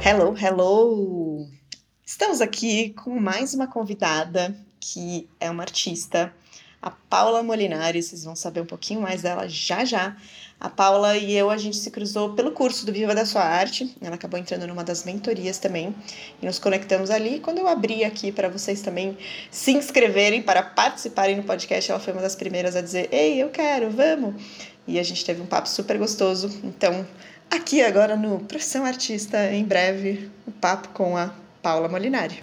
Hello, hello! Estamos aqui com mais uma convidada que é uma artista, a Paula Molinari. Vocês vão saber um pouquinho mais dela já já. A Paula e eu, a gente se cruzou pelo curso do Viva da Sua Arte. Ela acabou entrando numa das mentorias também e nos conectamos ali. Quando eu abri aqui para vocês também se inscreverem para participarem no podcast, ela foi uma das primeiras a dizer: ei, eu quero, vamos! E a gente teve um papo super gostoso. Então, aqui agora no Profissão Artista, em breve, o papo com a Paula Molinari.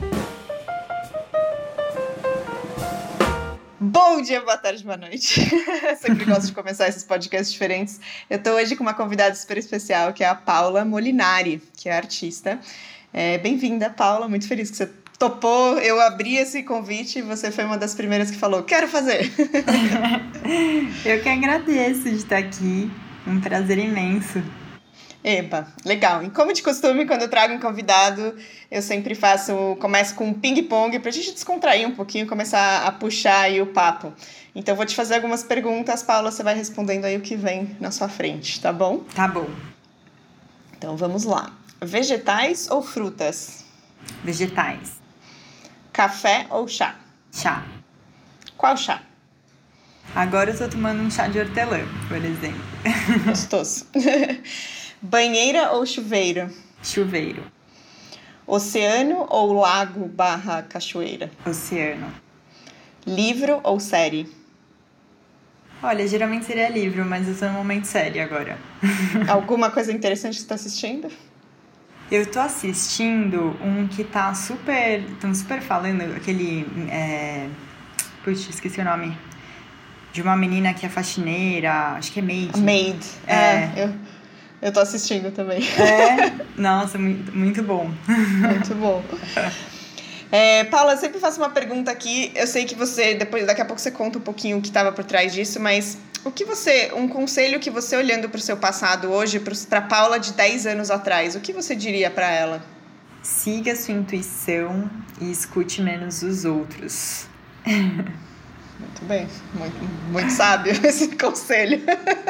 Bom dia, boa tarde, boa noite. Sempre gosto de começar esses podcasts diferentes. Eu estou hoje com uma convidada super especial, que é a Paula Molinari, que é artista. Bem-vinda, Paula. Muito feliz que você topou. Eu abri esse convite e você foi uma das primeiras que falou: quero fazer. Eu que agradeço de estar aqui. Um prazer imenso. Eba, legal. E como de costume, quando eu trago um convidado, eu sempre começo com um ping-pong pra gente descontrair um pouquinho, começar a puxar aí o papo. Então, vou te fazer algumas perguntas, Paula, você vai respondendo aí o que vem na sua frente, tá bom? Tá bom. Então, vamos lá. Vegetais ou frutas? Vegetais. Café ou chá? Chá. Qual chá? Agora eu tô tomando um chá de hortelã, por exemplo. Gostoso. Banheira ou chuveiro? Chuveiro. Oceano ou lago / cachoeira? Oceano. Livro ou série? Olha, geralmente seria livro, mas eu tô no momento série agora. Alguma coisa interessante que você tá assistindo? Eu tô assistindo um que tá tão super falando, aquele... Puxa, esqueci o nome. De uma menina que é faxineira, acho que é maid. Maid. Eu tô assistindo também. Nossa, muito, muito bom. Muito bom. Paula, eu sempre faço uma pergunta aqui. Eu sei que você, daqui a pouco você conta um pouquinho o que estava por trás disso, mas um conselho que você, olhando para o seu passado hoje, para Paula de 10 anos atrás, o que você diria para ela? Siga sua intuição e escute menos os outros. Muito bem, muito sábio esse conselho.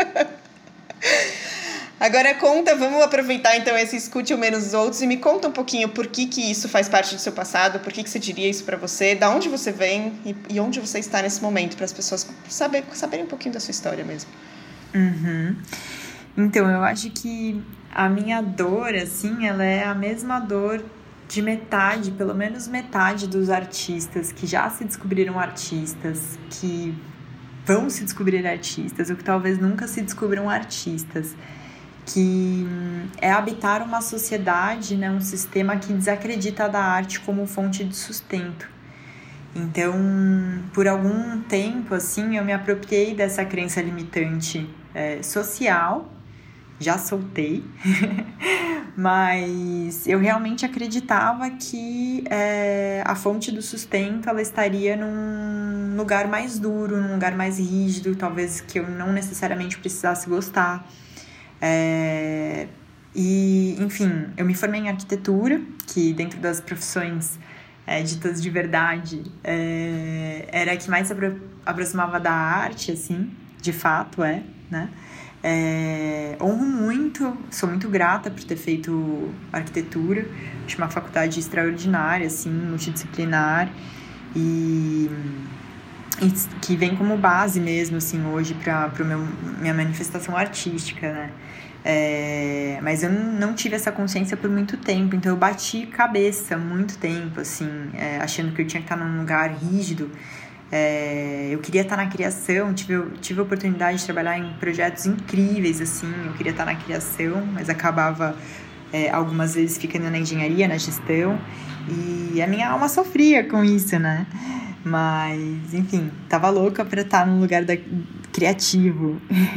Agora vamos aproveitar então esse escute o menos os outros e me conta um pouquinho por que isso faz parte do seu passado, por que você diria isso pra você, da onde você vem e onde você está nesse momento, para as pessoas saberem um pouquinho da sua história mesmo. Uhum. Então, eu acho que a minha dor, assim, ela é a mesma dor de metade, pelo menos metade dos artistas que já se descobriram artistas, que vão se descobrir artistas, ou que talvez nunca se descubram artistas, que é habitar uma sociedade, né, um sistema que desacredita da arte como fonte de sustento. Então, por algum tempo, assim, eu me apropriei dessa crença limitante social. Já soltei, mas eu realmente acreditava que a fonte do sustento ela estaria num lugar mais duro, num lugar mais rígido, talvez que eu não necessariamente precisasse gostar. E, enfim, eu me formei em arquitetura, que dentro das profissões ditas de verdade era a que mais se aproximava da arte, assim, de fato, né? Honro muito, sou muito grata por ter feito arquitetura. Acho uma faculdade extraordinária, assim, multidisciplinar e que vem como base mesmo, assim, hoje para minha manifestação artística, né? Mas eu não tive essa consciência por muito tempo, então eu bati cabeça muito tempo, assim, achando que eu tinha que estar num lugar rígido. Eu queria estar na criação, tive a oportunidade de trabalhar em projetos incríveis, assim, eu queria estar na criação, mas acabava algumas vezes ficando na engenharia, na gestão, e a minha alma sofria com isso, né? Mas, enfim, tava louca pra estar num lugar criativo.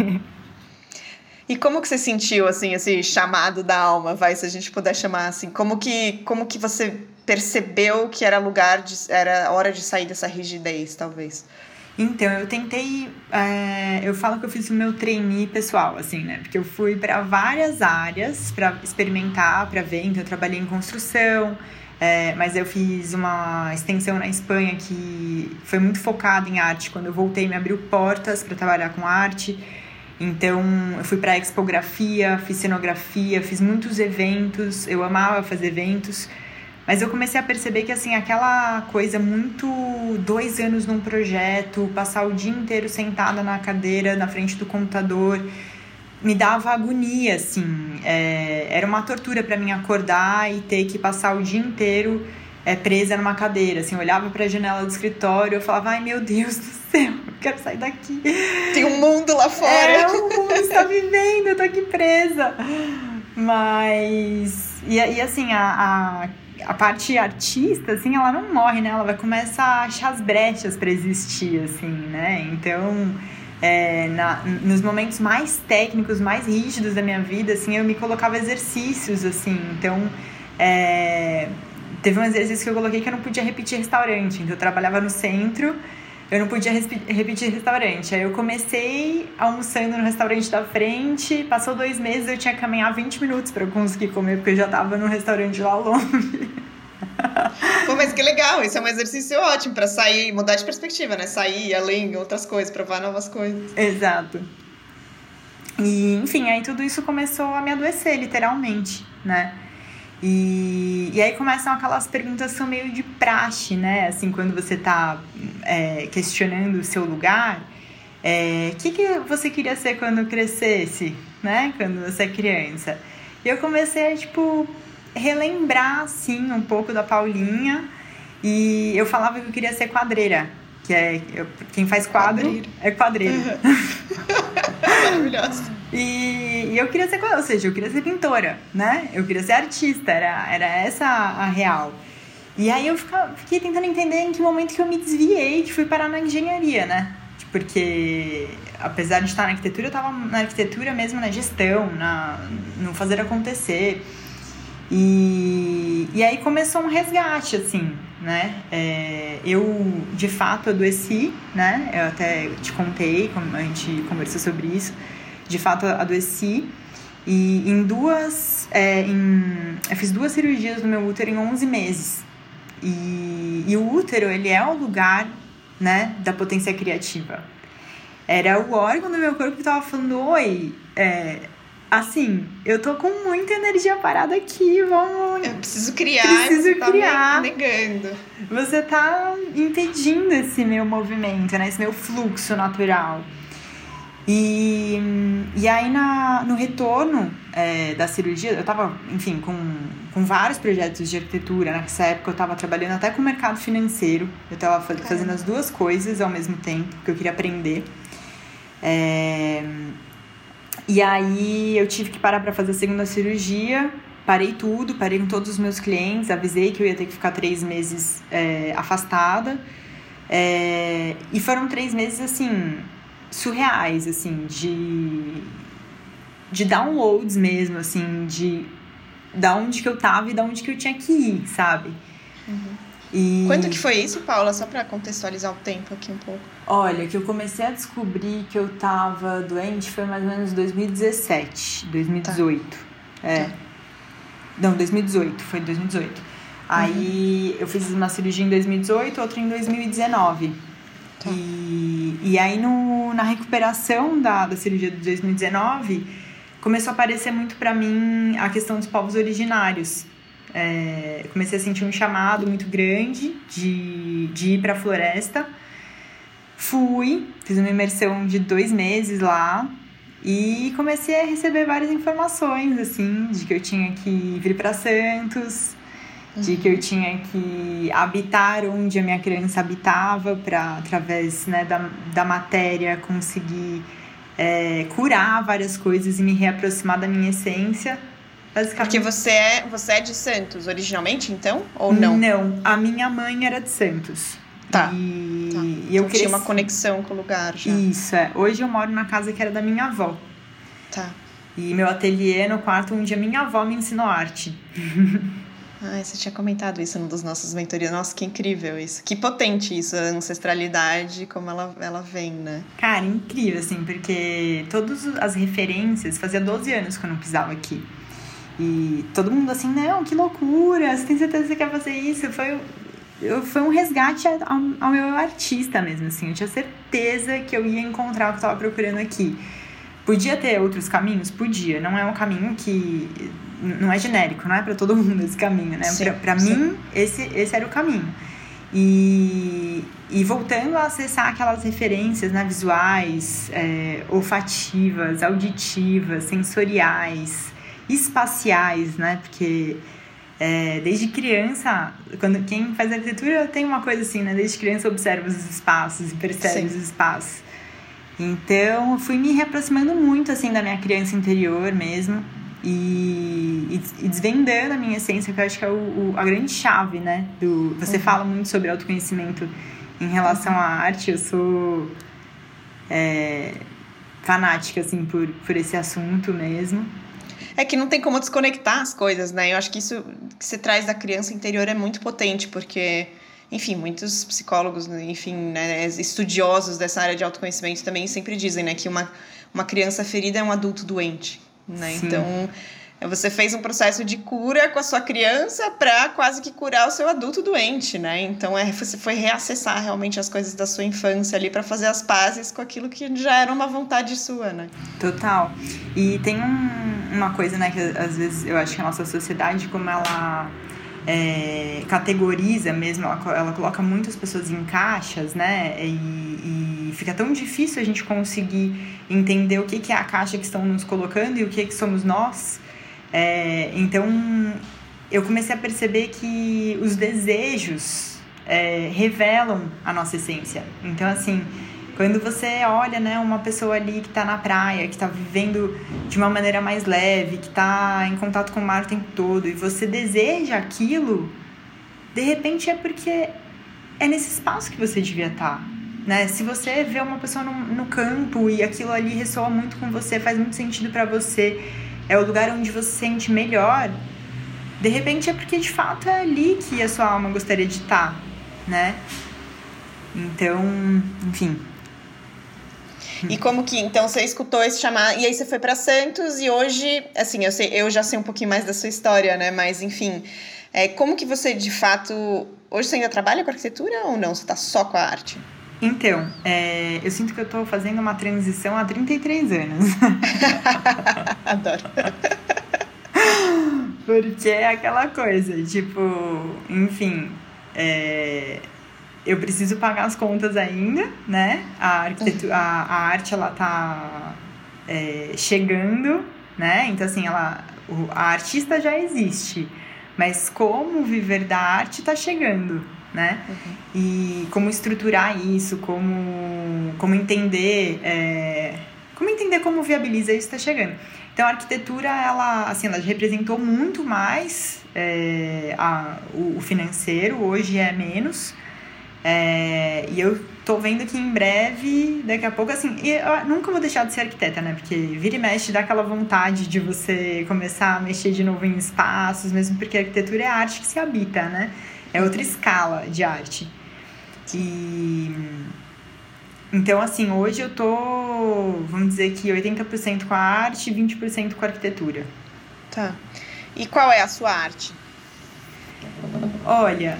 E como que você sentiu, assim, esse chamado da alma, se a gente puder chamar assim, como que você percebeu que era hora de sair dessa rigidez, talvez? Então, eu tentei... eu falo que eu fiz o meu trainee pessoal, assim, né? Porque eu fui para várias áreas para experimentar, para ver. Então, eu trabalhei em construção, mas eu fiz uma extensão na Espanha que foi muito focada em arte. Quando eu voltei, me abriu portas para trabalhar com arte. Então, eu fui pra expografia, fiz cenografia, fiz muitos eventos, eu amava fazer eventos. Mas eu comecei a perceber que, assim, aquela coisa muito 2 anos num projeto, passar o dia inteiro sentada na cadeira, na frente do computador, me dava agonia, assim. Era uma tortura para mim acordar e ter que passar o dia inteiro presa numa cadeira. Assim, eu olhava para a janela do escritório, eu falava, ai, meu Deus do céu, eu quero sair daqui. Tem um mundo lá fora. O mundo está vivendo, eu tô aqui presa. Mas... E assim, a parte artista, assim, ela não morre, né? Ela vai começar a achar as brechas para existir, assim, né? Então, nos momentos mais técnicos, mais rígidos da minha vida, assim, eu me colocava exercícios, assim. Então, teve um exercício que eu coloquei que eu não podia repetir restaurante. Então, eu trabalhava no centro, eu não podia repetir restaurante. Aí eu comecei almoçando no restaurante da frente, passou 2 meses, eu tinha que caminhar 20 minutos para eu conseguir comer, porque eu já tava no restaurante lá longe. Pô, mas que legal, isso é um exercício ótimo para sair, mudar de perspectiva, né? Sair além, outras coisas, provar novas coisas. Exato. E, enfim, aí tudo isso começou a me adoecer, literalmente, né? E aí começam aquelas perguntas que são meio de praxe, né? Assim, quando você tá questionando o seu lugar, que você queria ser quando crescesse, né? Quando você é criança. E eu comecei a, tipo, relembrar, assim, um pouco da Paulinha. E eu falava que eu queria ser quadreira, que quem faz quadro é quadreiro. Maravilhosa. E eu queria ser, ou seja, eu queria ser pintora, né? Eu queria ser artista, era essa a real. E aí eu fiquei tentando entender em que momento que eu me desviei, que fui parar na engenharia, né? Porque apesar de estar na arquitetura, eu estava na arquitetura mesmo, na gestão, no fazer acontecer. E aí começou um resgate, assim, né? Eu, de fato, adoeci, né? Eu até te contei, como a gente conversou sobre isso. De fato, adoeci. E eu fiz 2 cirurgias no meu útero em 11 meses. E o útero, ele é o lugar, né, da potência criativa. Era o órgão do meu corpo que estava falando, oi, assim, eu tô com muita energia parada aqui, vamos... Eu preciso criar, você tá negando. Você tá impedindo esse meu movimento, né, esse meu fluxo natural. E aí, no retorno da cirurgia, eu tava, enfim, com vários projetos de arquitetura. Nessa época, eu tava trabalhando até com o mercado financeiro. Eu tava fazendo as 2 coisas ao mesmo tempo, porque eu queria aprender. E aí, eu tive que parar pra fazer a segunda cirurgia. Parei tudo, parei com todos os meus clientes. Avisei que eu ia ter que ficar 3 meses afastada. E foram 3 meses, assim... surreais, assim, de downloads mesmo, assim, de da onde que eu tava e da onde que eu tinha que ir, sabe? Uhum. Quanto que foi isso, Paula? Só pra contextualizar o tempo aqui um pouco. Olha, que eu comecei a descobrir que eu tava doente foi mais ou menos 2017, 2018. Tá. Não, 2018, foi 2018. Aí eu fiz uma cirurgia em 2018, outra em 2019. Tá. E aí na recuperação da cirurgia de 2019 começou a aparecer muito pra mim a questão dos povos originários. Comecei a sentir um chamado muito grande de ir pra floresta. Fiz uma imersão de 2 meses lá e comecei a receber várias informações, assim, de que eu tinha que vir pra Santos, de que eu tinha que habitar onde a minha criança habitava para, através, né, da matéria, conseguir curar várias coisas e me reaproximar da minha essência. Porque você é de Santos originalmente, então? Ou não? Não, a minha mãe era de Santos. Tá. E eu tinha uma conexão com o lugar já. Isso, Hoje eu moro na casa que era da minha avó. Tá. E meu ateliê no quarto onde a minha avó me ensinou arte. Você tinha comentado isso num dos nossos mentorias. Nossa, que incrível isso. Que potente isso, a ancestralidade, como ela vem, né? Cara, incrível, assim, porque todas as referências... Fazia 12 anos que eu não pisava aqui. E todo mundo assim, não, que loucura, você tem certeza que você quer fazer isso? Foi um resgate ao meu artista mesmo, assim. Eu tinha certeza que eu ia encontrar o que eu estava procurando aqui. Podia ter outros caminhos? Podia. Não é um caminho que... Não é genérico, não é para todo mundo esse caminho, né? Para mim, esse era o caminho. E voltando a acessar aquelas referências, né, visuais, olfativas, auditivas, sensoriais, espaciais, né? Porque desde criança, quem faz arquitetura tem uma coisa assim, né? Desde criança observa os espaços e percebe os espaços. Então, fui me reaproximando muito, assim, da minha criança interior mesmo e desvendando a minha essência, que eu acho que é a grande chave, né? Você fala muito sobre autoconhecimento em relação à arte. Eu sou fanática, assim, por esse assunto mesmo. É que não tem como desconectar as coisas, né? Eu acho que isso que você traz da criança interior é muito potente, porque... Enfim, muitos psicólogos, enfim, né, estudiosos dessa área de autoconhecimento também sempre dizem, né, que uma criança ferida é um adulto doente, né? Sim. Então, você fez um processo de cura com a sua criança para quase que curar o seu adulto doente, né? Então, você foi reacessar realmente as coisas da sua infância ali para fazer as pazes com aquilo que já era uma vontade sua, né? Total. E tem uma coisa, né, que às vezes eu acho que a nossa sociedade, como ela... categoriza mesmo, ela coloca muitas pessoas em caixas, né? E fica tão difícil a gente conseguir entender o que é a caixa que estão nos colocando e o que somos nós. Então, eu comecei a perceber que os desejos revelam a nossa essência. Então, assim, quando você olha, né, uma pessoa ali que está na praia, que está vivendo de uma maneira mais leve, que está em contato com o mar o tempo todo, e você deseja aquilo, de repente é porque é nesse espaço que você devia estar, né? Se você vê uma pessoa no campo e aquilo ali ressoa muito com você, faz muito sentido para você, é o lugar onde você se sente melhor, de repente é porque de fato é ali que a sua alma gostaria de estar, né? Então, enfim... E como que, então, você escutou esse chamado, e aí você foi para Santos, e hoje, assim, eu já sei um pouquinho mais da sua história, né, mas, enfim, como que você, de fato, hoje você ainda trabalha com arquitetura ou não? Você tá só com a arte? Então, eu sinto que eu tô fazendo uma transição há 33 anos. Adoro. Porque é aquela coisa, tipo, enfim, eu preciso pagar as contas ainda, né? A arte, ela tá chegando, né? Então, assim, a artista já existe, mas como viver da arte tá chegando, né? E como estruturar isso, como entender... como viabiliza isso tá chegando. Então, a arquitetura, ela representou muito mais o financeiro, hoje é menos... e eu tô vendo que em breve, daqui a pouco, assim... eu nunca vou deixar de ser arquiteta, né? Porque vira e mexe, dá aquela vontade de você começar a mexer de novo em espaços, mesmo porque a arquitetura é a arte que se habita, né? É outra escala de arte. Então, assim, hoje eu tô, vamos dizer que 80% com a arte e 20% com a arquitetura. Tá. E qual é a sua arte? Olha...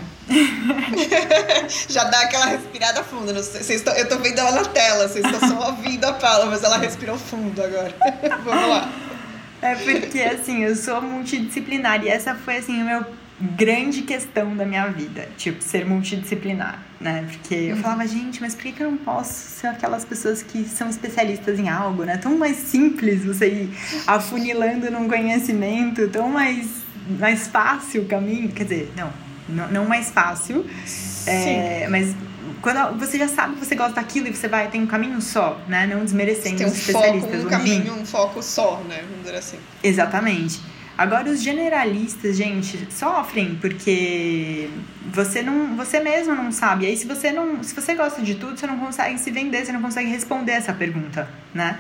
Já dá aquela respirada funda. Eu tô vendo ela na tela, vocês estão só ouvindo a Paula, mas ela respirou fundo agora. Vamos lá. É porque, assim, eu sou multidisciplinar e essa foi, assim, a minha grande questão da minha vida. Tipo, ser multidisciplinar, né? Porque eu falava, gente, mas por que eu não posso ser aquelas pessoas que são especialistas em algo, né? Tão mais simples você ir afunilando num conhecimento, tão mais fácil o caminho. Quer dizer, não mais fácil, mas quando você já sabe que você gosta daquilo e você tem um caminho só, né? Não desmerecendo os especialistas. Tem um caminho, um foco só, né? Vamos dizer assim. Exatamente. Agora, os generalistas, gente, sofrem porque você mesmo não sabe. E aí, se você gosta de tudo, você não consegue se vender, você não consegue responder essa pergunta, né?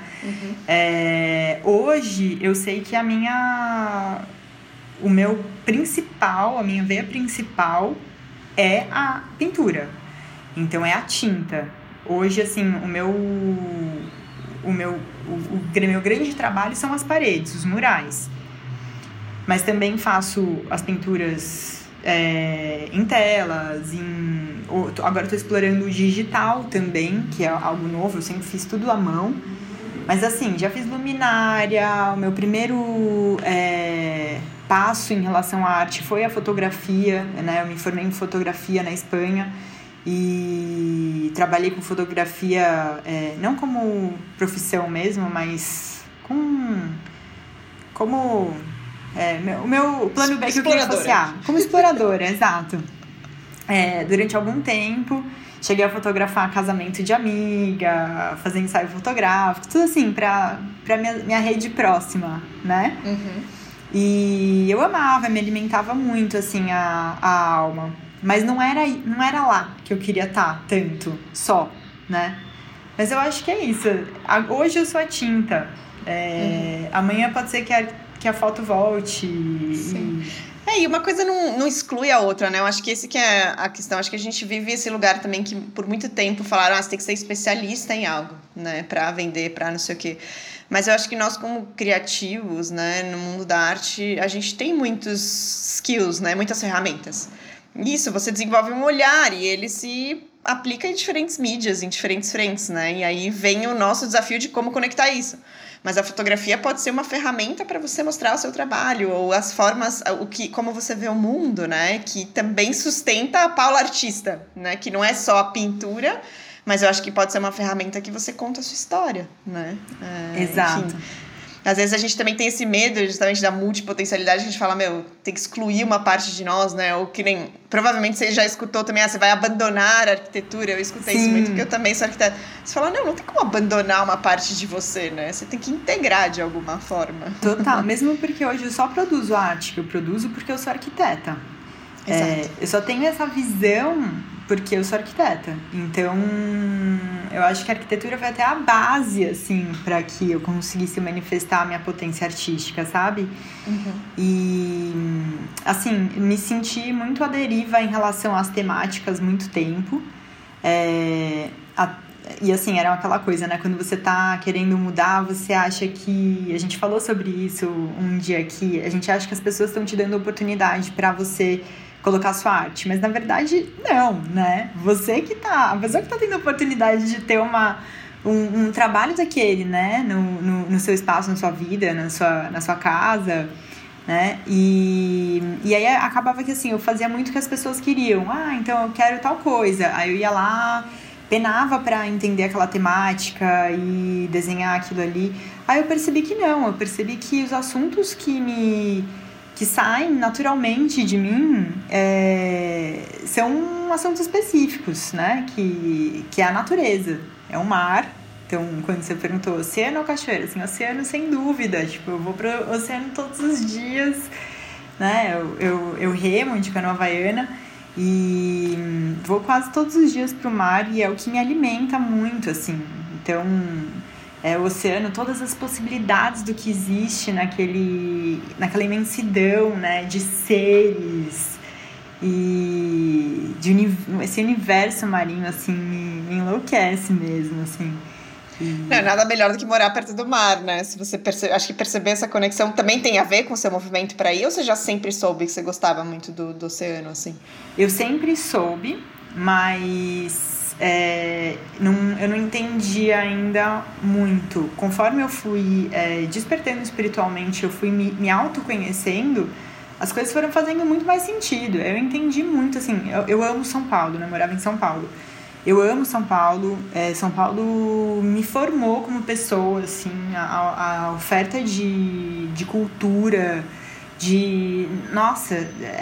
Hoje, eu sei que a minha veia principal é a pintura. Então, é a tinta. Hoje, assim, o meu grande trabalho são as paredes, os murais. Mas também faço as pinturas em telas, agora estou explorando o digital também, que é algo novo, eu sempre fiz tudo à mão. Mas assim, já fiz luminária, o meu primeiro passo em relação à arte foi a fotografia, né? Eu me formei em fotografia na Espanha e trabalhei com fotografia, não como profissão mesmo, mas como o meu plano B que eu queria associar. Como exploradora, exato. Durante algum tempo, cheguei a fotografar casamento de amiga, fazer ensaio fotográfico, tudo assim, pra minha rede próxima, né? Uhum. E eu amava, me alimentava muito, assim, a alma. Mas não era lá que eu queria estar tanto, só, né? Mas eu acho que é isso. Hoje eu sou a tinta. Amanhã pode ser que a foto volte. Sim. E uma coisa não exclui a outra, né? Eu acho que esse que é a questão. Acho que a gente vive esse lugar também que por muito tempo falaram, você tem que ser especialista em algo, né? Pra vender, pra não sei o quê. Mas eu acho que nós, como criativos, né, no mundo da arte, a gente tem muitos skills, né? Muitas ferramentas. Isso, você desenvolve um olhar e ele se aplica em diferentes mídias, em diferentes frentes, né? E aí vem o nosso desafio de como conectar isso. Mas a fotografia pode ser uma ferramenta para você mostrar o seu trabalho, ou as formas, como você vê o mundo, né? Que também sustenta a Paula artista, né? Que não é só a pintura, mas eu acho que pode ser uma ferramenta que você conta a sua história, né? Exato. Enfim. Às vezes a gente também tem esse medo justamente da multipotencialidade, a gente fala, tem que excluir uma parte de nós, né? Ou que nem... Provavelmente você já escutou também, você vai abandonar a arquitetura. Eu escutei isso muito, porque eu também sou arquiteta. Você fala, não tem como abandonar uma parte de você, né? Você tem que integrar de alguma forma. Total, mesmo porque hoje eu só produzo arte, que eu produzo porque eu sou arquiteta. Exato. Eu só tenho essa visão porque eu sou arquiteta. Então, eu acho que a arquitetura foi até a base, assim, para que eu conseguisse manifestar a minha potência artística, sabe? Uhum. E, assim, me senti muito à deriva em relação às temáticas muito tempo. E, assim, era aquela coisa, né? Quando você tá querendo mudar, você acha que... A gente falou sobre isso um dia aqui. A gente acha que as pessoas estão te dando oportunidade para você colocar sua arte, mas na verdade não, né? A pessoa que tá tendo a oportunidade de ter um trabalho daquele, né? No seu espaço, na sua vida, na sua casa, né? E aí acabava que assim, eu fazia muito o que as pessoas queriam. Então eu quero tal coisa. Aí eu ia lá, penava pra entender aquela temática e desenhar aquilo ali. Aí eu percebi que não, eu percebi que os assuntos que saem naturalmente de mim são assuntos específicos, né? Que é a natureza, é o mar. Então, quando você perguntou oceano ou cachoeira, assim, oceano sem dúvida. Tipo, eu vou pro oceano todos os dias, né? Eu remo de canoa havaiana e vou quase todos os dias pro mar e é o que me alimenta muito, assim. Então... o oceano, todas as possibilidades do que existe naquela imensidão, né, de seres e esse universo marinho, assim, me enlouquece mesmo, assim. Não é nada melhor do que morar perto do mar, né? Se você acho que perceber essa conexão também tem a ver com o seu movimento para ir, ou você já sempre soube que você gostava muito do oceano, assim? Eu sempre soube, mas... eu não entendi ainda muito. Conforme eu fui despertando espiritualmente, eu fui me autoconhecendo, as coisas foram fazendo muito mais sentido. Eu entendi muito, assim, eu amo São Paulo, né? Eu morava em São Paulo. Eu amo São Paulo. São Paulo me formou como pessoa, assim, a oferta de cultura, Nossa,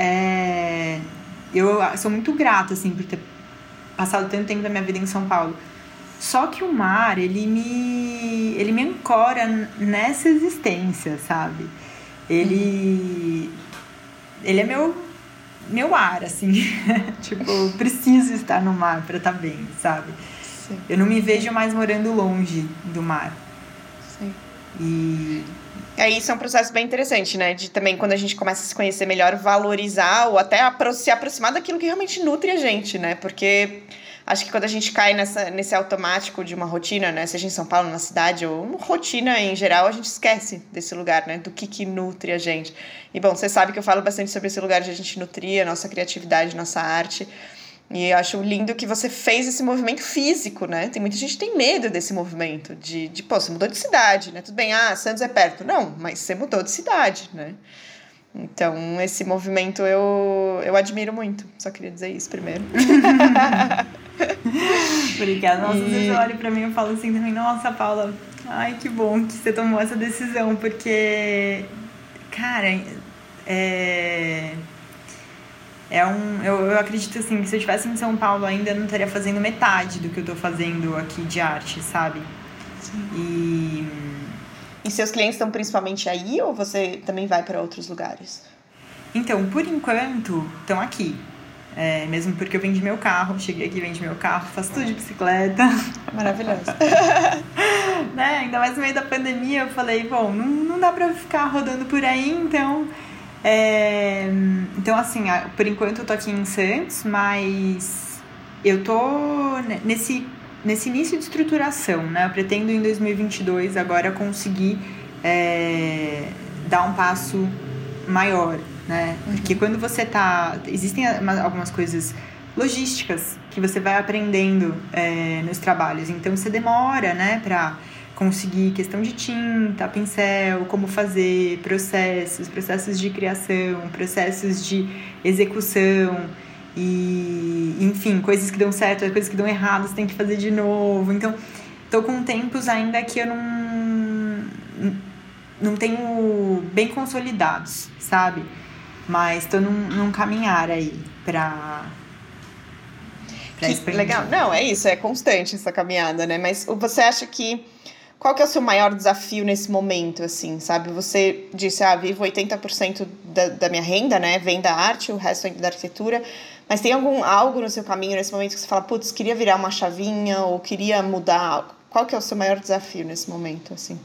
eu sou muito grata, assim, por ter passado tanto tempo da minha vida em São Paulo. Só que o mar, ele me ancora nessa existência, sabe? Ele é meu ar, assim. Tipo, eu preciso estar no mar pra estar bem, sabe? Sim. Eu não me vejo mais morando longe do mar. Sim. E... Isso é um processo bem interessante, né? De também, quando a gente começa a se conhecer melhor, valorizar ou até se aproximar daquilo que realmente nutre a gente, né? Porque acho que quando a gente cai nesse automático de uma rotina, né? Seja em São Paulo, na cidade, ou uma rotina em geral, a gente esquece desse lugar, né? Do que nutre a gente. E, bom, você sabe que eu falo bastante sobre esse lugar de a gente nutrir a nossa criatividade, nossa arte. E eu acho lindo que você fez esse movimento físico, né? Tem muita gente que tem medo desse movimento, pô, você mudou de cidade, né? Tudo bem, Santos é perto. Não, mas você mudou de cidade, né? Então, esse movimento eu admiro muito. Só queria dizer isso primeiro. Obrigada. Nossa, às vezes eu olho pra mim e falo assim também, nossa, Paula, ai, que bom que você tomou essa decisão, porque, cara, eu acredito assim, que se eu estivesse em São Paulo ainda, eu não estaria fazendo metade do que eu tô fazendo aqui de arte, sabe? Sim. E seus clientes estão principalmente aí ou você também vai para outros lugares? Então, por enquanto, estão aqui. Mesmo porque eu vendi meu carro, cheguei aqui, vendi meu carro, faço tudo de bicicleta. Maravilhoso. Né? Ainda mais no meio da pandemia, eu falei, bom, não dá pra ficar rodando por aí, então... Então, assim, por enquanto eu tô aqui em Santos, mas eu tô nesse início de estruturação, né? Eu pretendo em 2022 agora conseguir dar um passo maior, né? Porque quando você existem algumas coisas logísticas que você vai aprendendo nos trabalhos, então você demora, né, pra conseguir questão de tinta, pincel, como fazer, processos de criação, processos de execução e, enfim, coisas que dão certo, coisas que dão errado, você tem que fazer de novo. Então, tô com tempos ainda que eu não tenho bem consolidados, sabe? Mas tô num caminhar aí pra expandir. Legal. Não, é isso, é constante essa caminhada, né? Mas você acha que... Qual que é o seu maior desafio nesse momento, assim, sabe? Você disse, vivo 80% da minha renda, né? Vem da arte, o resto vem da arquitetura. Mas tem algo no seu caminho nesse momento que você fala, putz, queria virar uma chavinha ou queria mudar? Qual que é o seu maior desafio nesse momento, assim?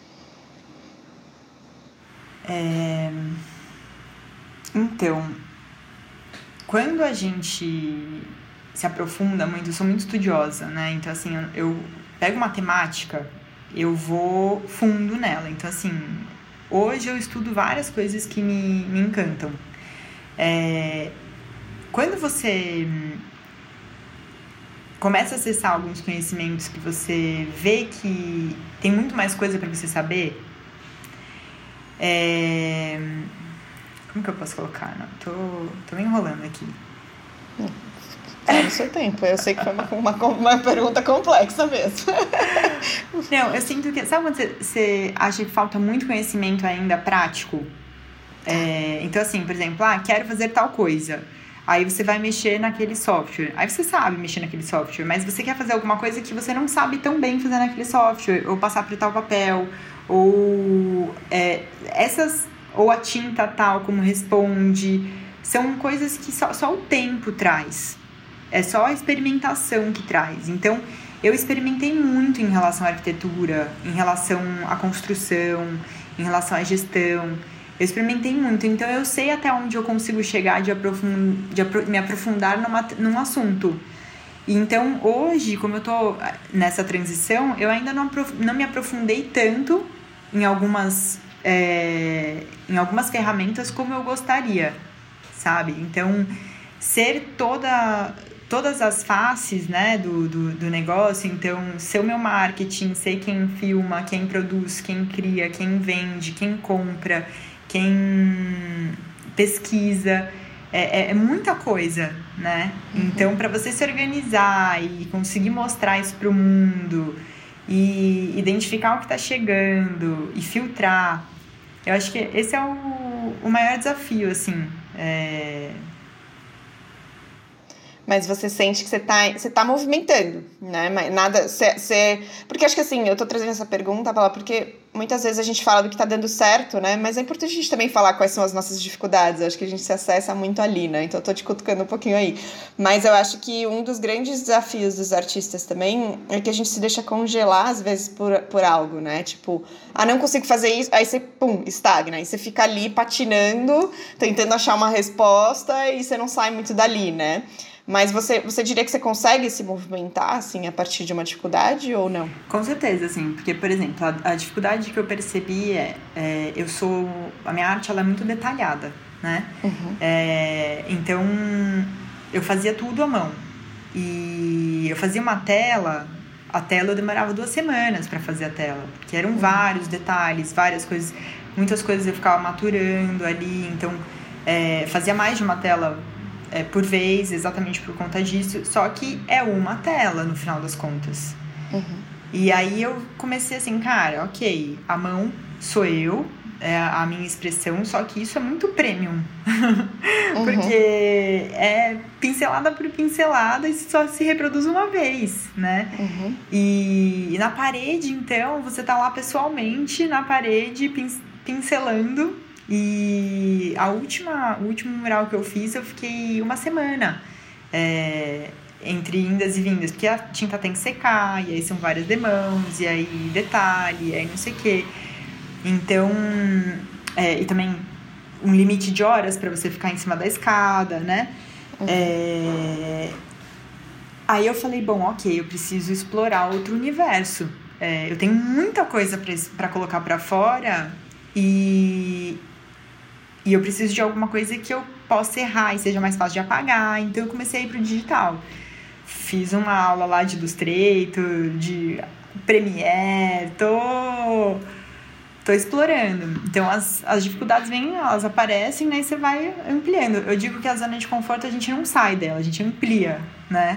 Então, quando a gente se aprofunda muito, eu sou muito estudiosa, né? Então, assim, eu pego matemática, eu vou fundo nela. Então, assim, hoje eu estudo várias coisas que me encantam. Quando você começa a acessar alguns conhecimentos que você vê que tem muito mais coisa para você saber, como que eu posso colocar? Não, tô me enrolando aqui. No seu tempo. Eu sei que foi uma pergunta complexa mesmo. Não, eu sinto que... Sabe quando você acha que falta muito conhecimento ainda prático? Então, assim, por exemplo, quero fazer tal coisa. Aí você vai mexer naquele software. Aí você sabe mexer naquele software, mas você quer fazer alguma coisa que você não sabe tão bem fazer naquele software. Ou passar por tal papel. Ou ou a tinta tal, como responde. São coisas que só o tempo traz. É só a experimentação que traz. Então, eu experimentei muito em relação à arquitetura, em relação à construção, em relação à gestão. Eu experimentei muito. Então, eu sei até onde eu consigo chegar de me aprofundar num assunto. E então, hoje, como eu tô nessa transição, eu ainda não me aprofundei tanto em algumas ferramentas como eu gostaria, sabe? Então, ser todas as faces, né, do negócio, então, ser o meu marketing, ser quem filma, quem produz, quem cria, quem vende, quem compra, quem pesquisa, é muita coisa, né? Então, para você se organizar e conseguir mostrar isso para o mundo e identificar o que está chegando e filtrar, eu acho que esse é o maior desafio, assim. Mas você sente que você tá movimentando, né? Mas nada... Porque acho que assim, eu tô trazendo essa pergunta, Paula, porque muitas vezes a gente fala do que tá dando certo, né? Mas é importante a gente também falar quais são as nossas dificuldades. Eu acho que a gente se acessa muito ali, né? Então eu tô te cutucando um pouquinho aí. Mas eu acho que um dos grandes desafios dos artistas também é que a gente se deixa congelar, às vezes, por algo, né? Tipo, não consigo fazer isso, aí você, estagna. Aí você fica ali patinando, tentando achar uma resposta e você não sai muito dali, né? Mas você diria que você consegue se movimentar, assim, a partir de uma dificuldade ou não? Com certeza, assim. Porque, por exemplo, a dificuldade que eu percebi a minha arte, ela é muito detalhada, né? Então, eu fazia tudo à mão. E eu fazia uma tela, a tela eu demorava 2 semanas para fazer a tela, porque eram vários detalhes, várias coisas, muitas coisas eu ficava maturando ali, então fazia mais de uma tela por vez, exatamente por conta disso, só que é uma tela no final das contas. E aí eu comecei assim, cara, ok, a mão sou eu, é a minha expressão, só que isso é muito premium. Porque é pincelada por pincelada e só se reproduz uma vez, né? E na parede, então, você tá lá pessoalmente na parede pincelando. E o último mural que eu fiz, eu fiquei 1 semana entre indas e vindas, porque a tinta tem que secar, e aí são várias demãos, e aí detalhe, e aí não sei o quê. Então, e também um limite de horas para você ficar em cima da escada, né? Aí eu falei, bom, ok, eu preciso explorar outro universo. Eu tenho muita coisa para colocar para fora e eu preciso de alguma coisa que eu possa errar e seja mais fácil de apagar. Então eu comecei a ir pro digital. Fiz uma aula lá de Illustrator, de Premiere, tô explorando. Então as dificuldades vêm, elas aparecem, né? E você vai ampliando. Eu digo que a zona de conforto a gente não sai dela, a gente amplia, né?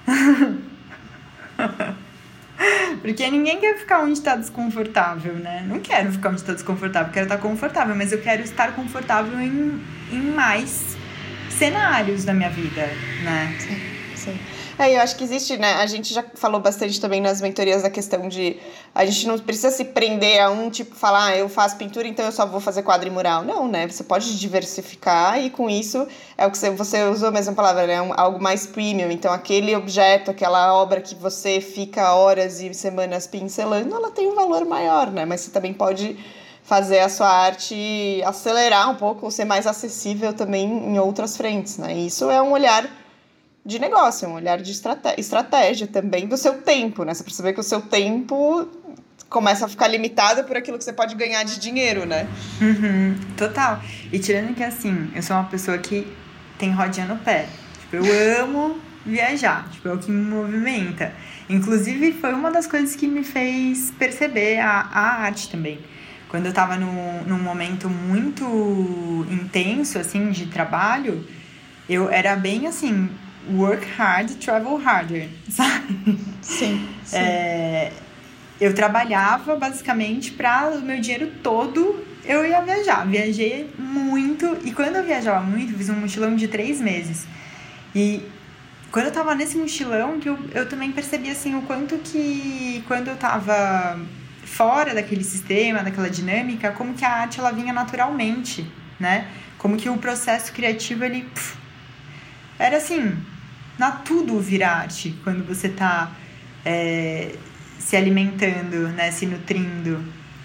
Porque ninguém quer ficar onde está desconfortável, né? Não quero ficar onde está desconfortável, quero estar confortável, mas eu quero estar confortável em mais cenários da minha vida, né? Sim. Eu acho que existe, né? A gente já falou bastante também nas mentorias da questão de a gente não precisa se prender a falar, eu faço pintura, então eu só vou fazer quadro e mural. Não, né? Você pode diversificar e com isso é o que você usou a mesma palavra, né? Algo mais premium. Então aquele objeto, aquela obra que você fica horas e semanas pincelando, ela tem um valor maior, né? Mas você também pode fazer a sua arte acelerar um pouco ou ser mais acessível também em outras frentes, né? E isso é um olhar de negócio, um olhar de estratégia também do seu tempo, né? Você percebe que o seu tempo começa a ficar limitado por aquilo que você pode ganhar de dinheiro, né? Total. E tirando que, assim, eu sou uma pessoa que tem rodinha no pé. Tipo, eu amo viajar. Tipo, é o que me movimenta. Inclusive, foi uma das coisas que me fez perceber a arte também. Quando eu tava num momento muito intenso, assim, de trabalho, eu era bem, assim, work hard, travel harder, sabe? Sim. Eu trabalhava basicamente para o meu dinheiro todo eu ia viajar. Viajei muito e quando eu viajava muito, eu fiz um mochilão de 3 meses. E quando eu tava nesse mochilão, que eu também percebi assim, o quanto que quando eu tava fora daquele sistema, daquela dinâmica, como que a arte ela vinha naturalmente, né? Como que o processo criativo ele era assim, tudo vira arte quando você tá se alimentando, né, se nutrindo.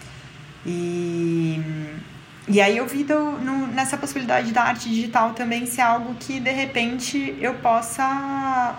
E aí eu vi nessa possibilidade da arte digital também ser algo que de repente eu possa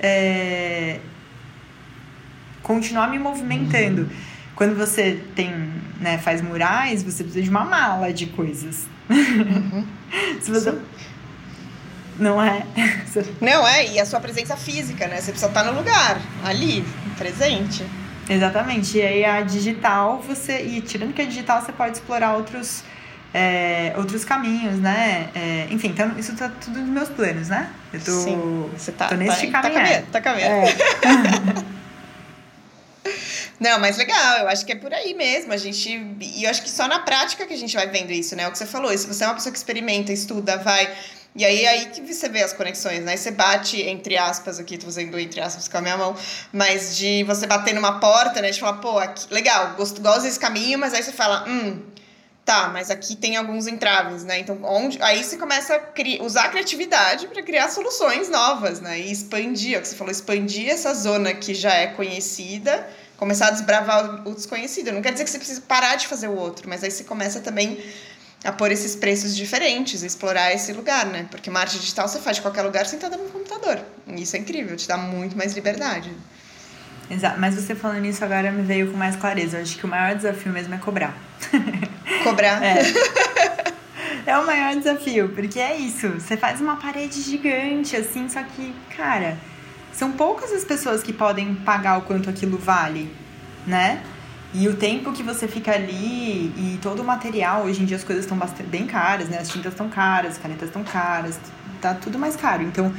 continuar me movimentando. Quando você faz murais, você precisa de uma mala de coisas. Se você... Não é? Não é, e a sua presença física, né? Você precisa estar no lugar, ali, presente. Exatamente, e aí a digital, e tirando que a digital você pode explorar outros caminhos, né? Enfim, então isso tá tudo nos meus planos, né? Eu tô, sim, você tô nesse caminho. Tá caminhando. Não, mas legal, eu acho que é por aí mesmo, e eu acho que só na prática que a gente vai vendo isso, né? O que você falou, se você é uma pessoa que experimenta, estuda, vai... E aí que você vê as conexões, né? Você bate, entre aspas, aqui, tô fazendo entre aspas com a minha mão, mas de você bater numa porta, né? De falar, pô, aqui, legal, gosto desse caminho, mas aí você fala, tá, mas aqui tem alguns entraves, né? Então, aí você começa a usar a criatividade para criar soluções novas, né? E expandir, é o que você falou, expandir essa zona que já é conhecida, começar a desbravar o desconhecido. Não quer dizer que você precisa parar de fazer o outro, mas aí você começa também a pôr esses preços diferentes, explorar esse lugar, né? Porque uma arte digital você faz de qualquer lugar sentada no computador. E isso é incrível, te dá muito mais liberdade. Exato, mas você falando isso agora me veio com mais clareza. Eu acho que o maior desafio mesmo é cobrar. Cobrar? É o maior desafio, porque é isso. Você faz uma parede gigante, assim, só que, cara, são poucas as pessoas que podem pagar o quanto aquilo vale, né? E o tempo que você fica ali e todo o material, hoje em dia as coisas estão bem caras, né? As tintas estão caras, as canetas estão caras, tá tudo mais caro. Então,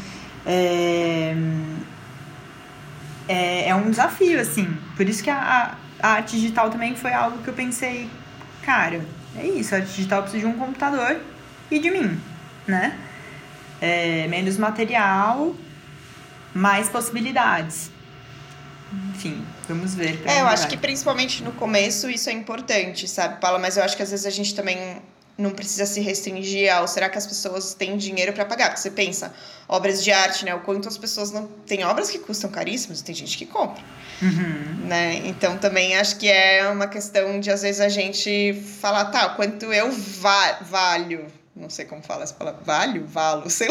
é um desafio, assim. Por isso que a arte digital também foi algo que eu pensei, cara, é isso, a arte digital precisa de um computador e de mim, né? Menos material, mais possibilidades. Enfim, vamos ver. Eu acho que principalmente no começo isso é importante, sabe, Paula? Mas eu acho que às vezes a gente também não precisa se restringir ao será que as pessoas têm dinheiro para pagar? Porque você pensa, obras de arte, né? O quanto as pessoas não... Tem obras que custam caríssimas e tem gente que compra. Né? Então também acho que é uma questão de às vezes a gente falar, tá, quanto eu valho, não sei como fala essa palavra, valo, sei lá.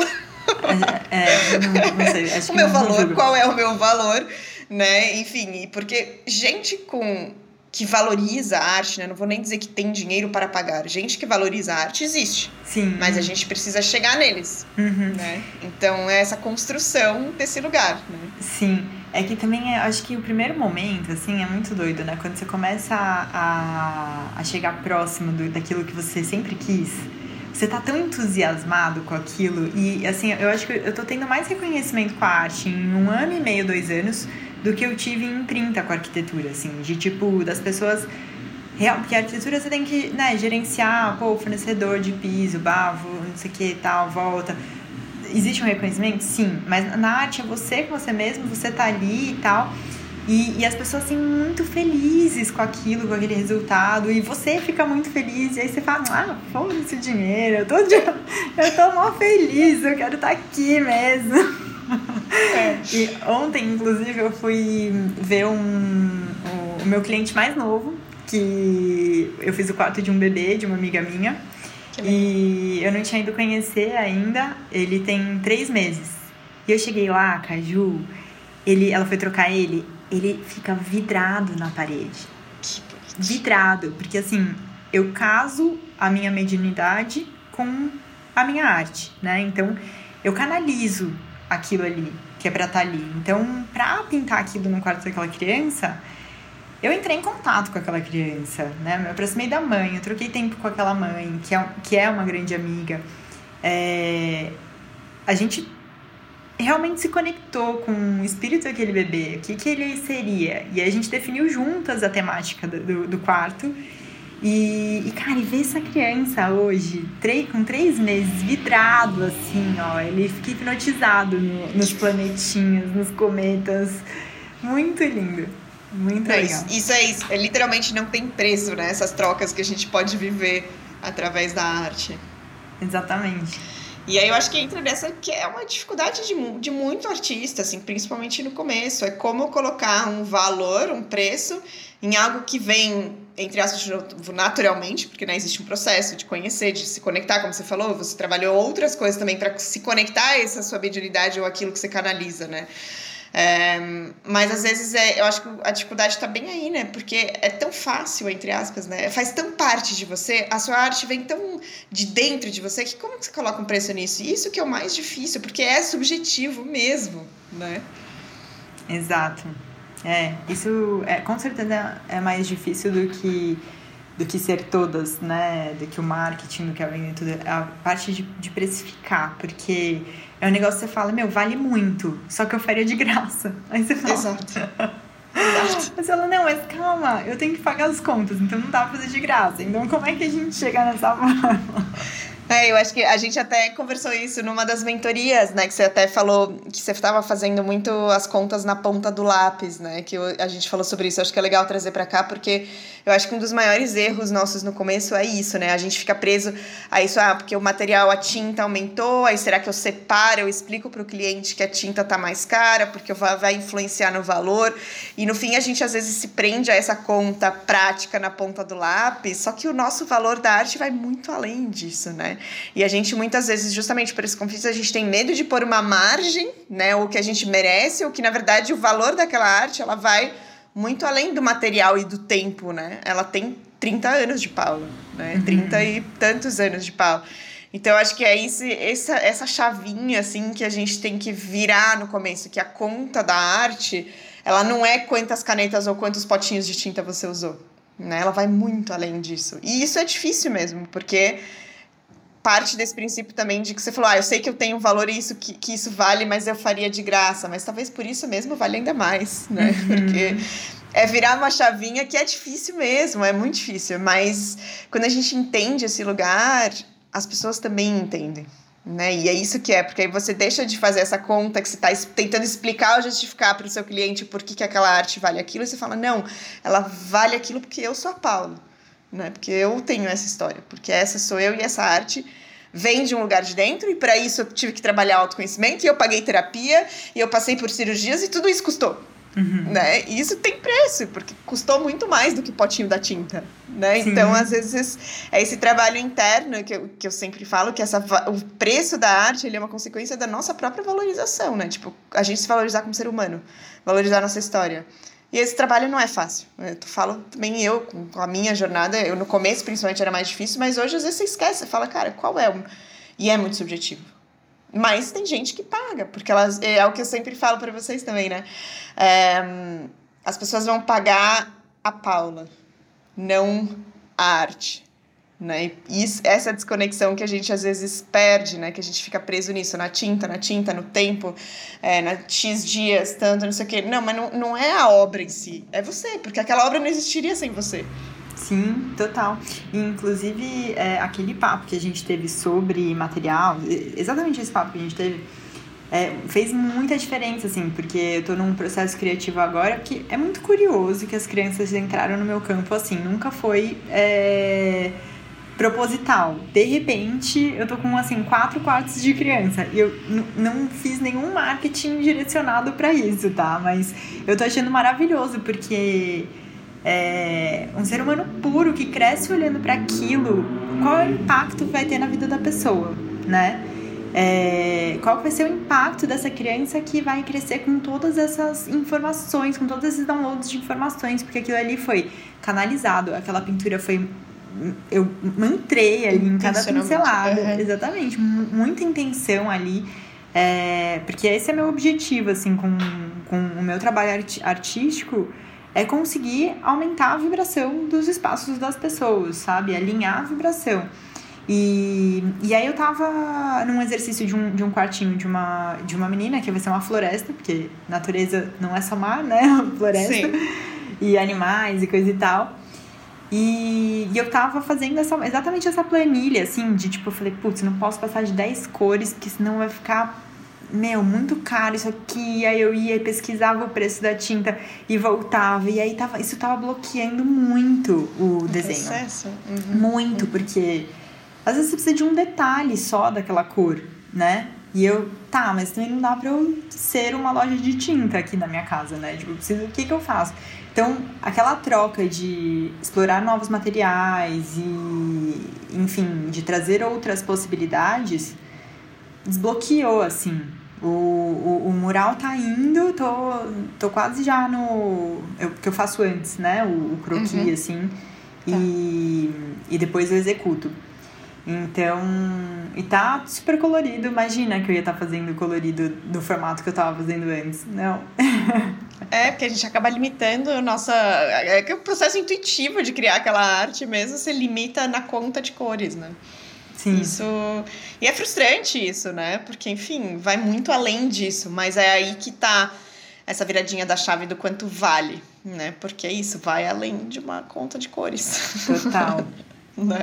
Não sei, acho o meu valor, qual é o meu valor, né? Enfim, porque gente que valoriza a arte, né? Não vou nem dizer que tem dinheiro para pagar. Gente que valoriza a arte existe. Sim. Mas a gente precisa chegar neles, né? Então é essa construção desse lugar, né? Sim. É que também, acho que o primeiro momento, assim, é muito doido, né? Quando você começa a chegar próximo daquilo que você sempre quis, você tá tão entusiasmado com aquilo. E, assim, eu acho que eu tô tendo mais reconhecimento com a arte em 1 ano e meio, 2 anos, do que eu tive em 30 com a arquitetura, assim. De, tipo, das pessoas... Porque a arquitetura você tem que, né, gerenciar, o fornecedor de piso, bavo, não sei o que, tal, volta... Existe um reconhecimento? Sim. Mas na arte é você com você mesmo, você tá ali e tal. E as pessoas, assim, muito felizes com aquilo, com aquele resultado. E você fica muito feliz. E aí você fala, foda-se o dinheiro. Eu tô mó feliz, eu quero estar aqui mesmo. E ontem, inclusive, eu fui ver o meu cliente mais novo. Que eu fiz o quarto de um bebê, de uma amiga minha. E eu não tinha ido conhecer ainda. Ele tem 3 meses. E eu cheguei lá, Caju, ela foi trocar ele fica vidrado na parede. Vidrado, porque assim, eu caso a minha mediunidade com a minha arte, né? Então, eu canalizo aquilo ali, que é pra estar ali. Então, pra pintar aquilo no quarto daquela criança, eu entrei em contato com aquela criança, né? Eu me aproximei da mãe, eu troquei tempo com aquela mãe, que é uma grande amiga. A gente realmente se conectou com o espírito daquele bebê, o que ele seria. E a gente definiu juntas a temática do quarto. E, cara, e ver essa criança hoje, com 3 meses, vidrado, assim, ó. Ele fica hipnotizado nos planetinhas, nos cometas. Muito lindo. Muito legal. Isso literalmente não tem preço, né? Essas trocas que a gente pode viver através da arte. Exatamente. E aí eu acho que entra nessa que é uma dificuldade de muito artista, assim, principalmente no começo. É como colocar um valor, um preço em algo que vem, entre aspas, naturalmente, porque, né, existe um processo de conhecer, de se conectar, como você falou, você trabalhou outras coisas também para se conectar a essa sua mediunidade ou aquilo que você canaliza, né? Mas às vezes eu acho que a dificuldade está bem aí, né? Porque é tão fácil, entre aspas, né? Faz tão parte de você, a sua arte vem tão de dentro de você, que como que você coloca um preço nisso? E isso que é o mais difícil, porque é subjetivo mesmo, né? Exato. Isso com certeza é mais difícil do que ser todas, né? Do que o marketing, do que a venda e tudo. A parte de precificar, porque é um negócio que você fala, vale muito, só que eu faria de graça. Aí você fala... Exato. Você fala, não, mas calma, eu tenho que pagar as contas, então não dá pra fazer de graça. Então como é que a gente chega nessa forma? Eu acho que a gente até conversou isso numa das mentorias, né? Que você até falou que você estava fazendo muito as contas na ponta do lápis, né? Que a gente falou sobre isso. Eu acho que é legal trazer para cá, porque eu acho que um dos maiores erros nossos no começo é isso, né? A gente fica preso a isso, porque o material, a tinta aumentou, aí será que eu separo, eu explico para o cliente que a tinta tá mais cara, porque vai influenciar no valor. E no fim a gente às vezes se prende a essa conta prática na ponta do lápis, só que o nosso valor da arte vai muito além disso, né? E a gente muitas vezes, justamente por esse conflito, a gente tem medo de pôr uma margem, né, o que a gente merece, ou que na verdade o valor daquela arte, ela vai muito além do material e do tempo, né? Ela tem 30 anos de Paula, né? 30 e tantos anos de Paula. Então, eu acho que é essa chavinha, assim, que a gente tem que virar no começo, que a conta da arte, ela não é quantas canetas ou quantos potinhos de tinta você usou, né? Ela vai muito além disso. E isso é difícil mesmo, porque parte desse princípio também de que você falou, eu sei que eu tenho um valor e que isso vale, mas eu faria de graça. Mas talvez por isso mesmo vale ainda mais, né? Porque é virar uma chavinha que é difícil mesmo, é muito difícil. Mas quando a gente entende esse lugar, as pessoas também entendem, né? E é isso que é, porque aí você deixa de fazer essa conta que você está tentando explicar ou justificar para o seu cliente por que aquela arte vale aquilo, e você fala, não, ela vale aquilo porque eu sou a Paula, né? Porque eu tenho essa história, porque essa sou eu e essa arte vem de um lugar de dentro, e para isso eu tive que trabalhar autoconhecimento, e eu paguei terapia, e eu passei por cirurgias, e tudo isso custou. Né? E isso tem preço, porque custou muito mais do que o potinho da tinta, né? Então, às vezes, é esse trabalho interno que eu sempre falo, que o preço da arte, ele é uma consequência da nossa própria valorização, né? Tipo, a gente se valorizar como ser humano, valorizar a nossa história. E esse trabalho não é fácil. Eu falo também com a minha jornada, eu no começo, principalmente, era mais difícil, mas hoje, às vezes, você esquece, você fala, cara, qual é? E é muito subjetivo. Mas tem gente que paga, porque é o que eu sempre falo para vocês também, né? As pessoas vão pagar a Paula, não a arte, né? E essa desconexão que a gente às vezes perde, né? Que a gente fica preso nisso, na tinta, no tempo, na X dias, tanto, não sei o quê. Não, mas não é a obra em si, é você, porque aquela obra não existiria sem você. Sim, total. E, inclusive, aquele papo que a gente teve sobre material, exatamente esse papo que a gente teve, fez muita diferença, assim, porque eu tô num processo criativo agora que é muito curioso que as crianças entraram no meu campo, assim, nunca foi proposital. De repente, eu tô com, assim, 4 quartos de criança e eu não fiz nenhum marketing direcionado pra isso, tá? Mas eu tô achando maravilhoso, porque um ser humano puro que cresce olhando para aquilo, qual é o impacto que vai ter na vida da pessoa, né? Qual vai ser o impacto dessa criança que vai crescer com todas essas informações, com todos esses downloads de informações, porque aquilo ali foi canalizado, aquela pintura foi... Eu mantrei ali em cada pincelada, exatamente, muita intenção ali, porque esse é meu objetivo, assim, com o meu trabalho artístico, é conseguir aumentar a vibração dos espaços das pessoas, sabe? Alinhar a vibração. E aí eu tava num exercício de um quartinho de uma menina, que vai ser uma floresta, porque natureza não é só mar, né? Floresta. Sim. E animais e coisa e tal. E eu tava fazendo exatamente essa planilha, assim, de tipo, eu falei, putz, não posso passar de 10 cores, porque senão vai ficar... muito caro isso aqui. Aí eu ia e pesquisava o preço da tinta e voltava, e aí isso tava bloqueando muito o desenho. Processo. Muito, porque às vezes você precisa de um detalhe só daquela cor, né? E mas também não dá pra eu ser uma loja de tinta aqui na minha casa, né? Tipo, o que eu faço? Então, aquela troca de explorar novos materiais e, enfim, de trazer outras possibilidades, desbloqueou, assim. O mural tá indo, tô quase já no... que eu faço antes, né? O croquis, assim. Tá. E depois eu executo. Então... E tá super colorido. Imagina que eu ia estar fazendo colorido do formato que eu tava fazendo antes. Não. Porque a gente acaba limitando a nossa... É o processo intuitivo de criar aquela arte mesmo, você limita na conta de cores, né? Sim. E é frustrante isso, né? Porque, enfim, vai muito além disso. Mas é aí que tá essa viradinha da chave do quanto vale, né? Porque é isso, vai além de uma conta de cores. Total. Né?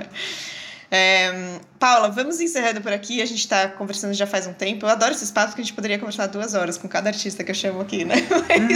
Paula, vamos encerrando por aqui. A gente tá conversando já faz um tempo. Eu adoro esses papos, que a gente poderia conversar 2 horas com cada artista que eu chamo aqui, né?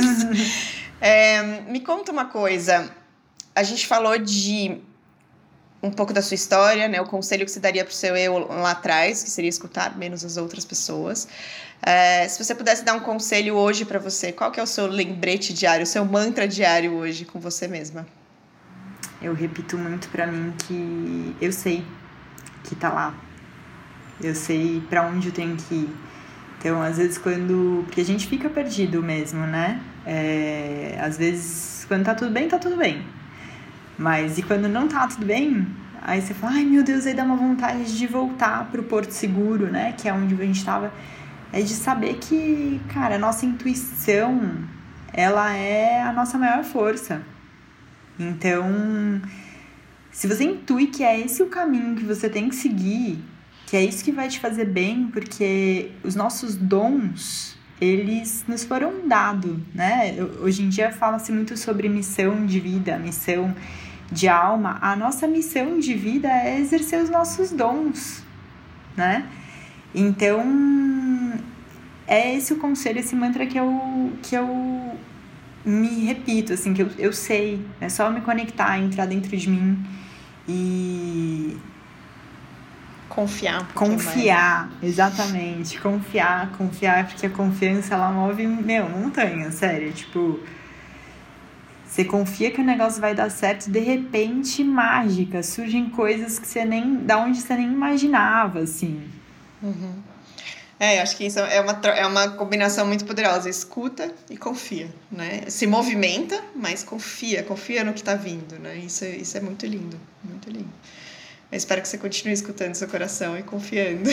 Mas, me conta uma coisa. A gente falou de... um pouco da sua história, né? O conselho que você daria pro seu eu lá atrás, que seria escutar menos as outras pessoas. Se você pudesse dar um conselho hoje pra você, qual que é o seu lembrete diário, o seu mantra diário hoje com você mesma? Eu repito muito pra mim que eu sei que tá lá. Eu sei pra onde eu tenho que ir. Então, às vezes, porque a gente fica perdido mesmo, né? Às vezes, quando tá tudo bem, tá tudo bem. Mas e quando não tá tudo bem, aí você fala, ai meu Deus, aí dá uma vontade de voltar pro Porto Seguro, né? Que é onde a gente tava. É de saber que, cara, a nossa intuição, ela é a nossa maior força. Então, se você intui que é esse o caminho que você tem que seguir, que é isso que vai te fazer bem, porque os nossos dons, eles nos foram dados, né? Hoje em dia fala-se muito sobre missão de vida, missão de alma. A nossa missão de vida é exercer os nossos dons, né? Então, é esse o conselho, esse mantra que eu me repito, assim, que eu sei. É só me conectar, entrar dentro de mim e... Confiar. Confiar, exatamente. Confiar, porque a confiança, ela move, montanha, sério. Tipo, você confia que o negócio vai dar certo, de repente, mágica. Surgem coisas que você da onde você nem imaginava, assim. Uhum. Eu acho que isso é uma combinação muito poderosa. Escuta e confia, né? Se movimenta, mas confia no que tá vindo, né? Isso é muito lindo, muito lindo. Eu espero que você continue escutando seu coração e confiando.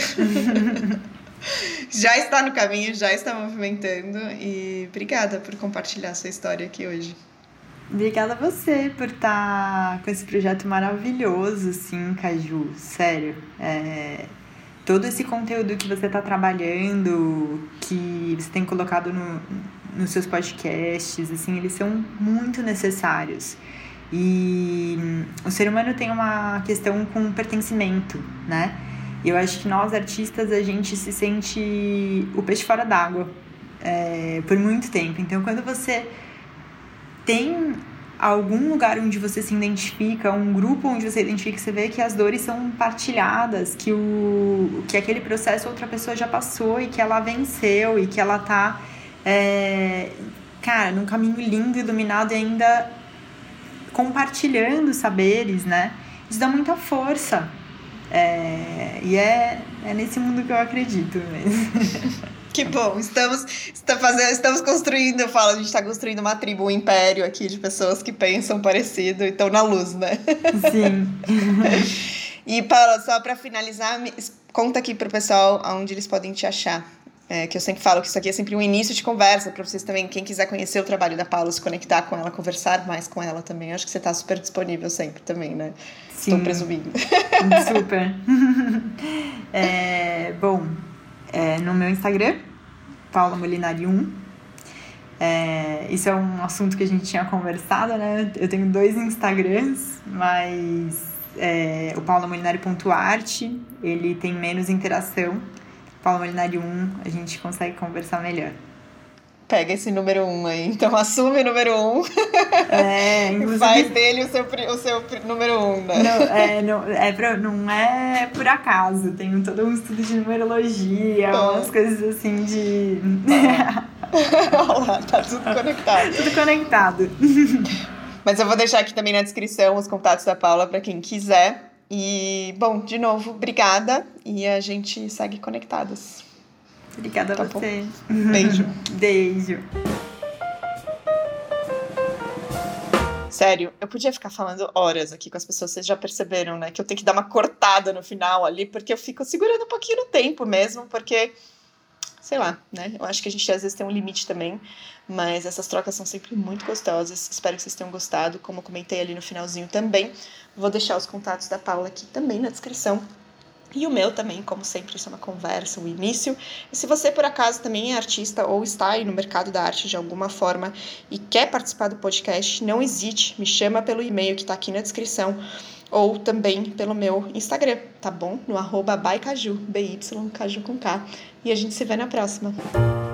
Já está no caminho, já está movimentando. E obrigada por compartilhar sua história aqui hoje. Obrigada a você por estar com esse projeto maravilhoso, assim, Caju. Sério. Todo esse conteúdo que você está trabalhando, que você tem colocado nos seus podcasts, assim, eles são muito necessários. E o ser humano tem uma questão com pertencimento, né? E eu acho que nós, artistas, a gente se sente o peixe fora d'água por muito tempo. Então, quando você tem algum lugar onde você se identifica, um grupo onde você identifica, você vê que as dores são partilhadas, que aquele processo outra pessoa já passou e que ela venceu e que ela tá, num caminho lindo, iluminado e ainda compartilhando saberes, né? Isso dá muita força. E é nesse mundo que eu acredito mesmo. Que bom, estamos construindo, eu falo, a gente está construindo uma tribo, um império aqui de pessoas que pensam parecido e estão na luz, né? Sim. E, Paula, só para finalizar, conta aqui pro pessoal onde eles podem te achar. Que eu sempre falo que isso aqui é sempre um início de conversa para vocês também, quem quiser conhecer o trabalho da Paula, se conectar com ela, conversar mais com ela também. Acho que você está super disponível sempre também, né? Sim. Estou presumindo. Super. No meu Instagram, Paula Molinari 1. Isso é um assunto que a gente tinha conversado, né? Eu tenho 2 Instagrams, mas o paulamolinari.art, ele tem menos interação. Paula Molinari 1, a gente consegue conversar melhor. Pega esse número 1 aí. Então, assume o número 1. Inclusive... Faz dele o seu número 1, né? Não é por acaso. Tem todo um estudo de numerologia, umas coisas assim de... Olha lá, tá tudo conectado. Tudo conectado. Mas eu vou deixar aqui também na descrição os contatos da Paula para quem quiser. E, bom, de novo, obrigada. E a gente segue conectadas. Obrigada a você. Beijo. Beijo. Sério, eu podia ficar falando horas aqui com as pessoas, vocês já perceberam, né? Que eu tenho que dar uma cortada no final ali, porque eu fico segurando um pouquinho no tempo mesmo, porque, sei lá, né? Eu acho que a gente às vezes tem um limite também, mas essas trocas são sempre muito gostosas. Espero que vocês tenham gostado, como eu comentei ali no finalzinho também. Vou deixar os contatos da Paula aqui também na descrição. E o meu também, como sempre, isso é uma conversa, um início. E se você, por acaso, também é artista ou está aí no mercado da arte de alguma forma e quer participar do podcast, não hesite, me chama pelo e-mail que está aqui na descrição ou também pelo meu Instagram, tá bom? No @bycaju, BY, Caju com K. E a gente se vê na próxima.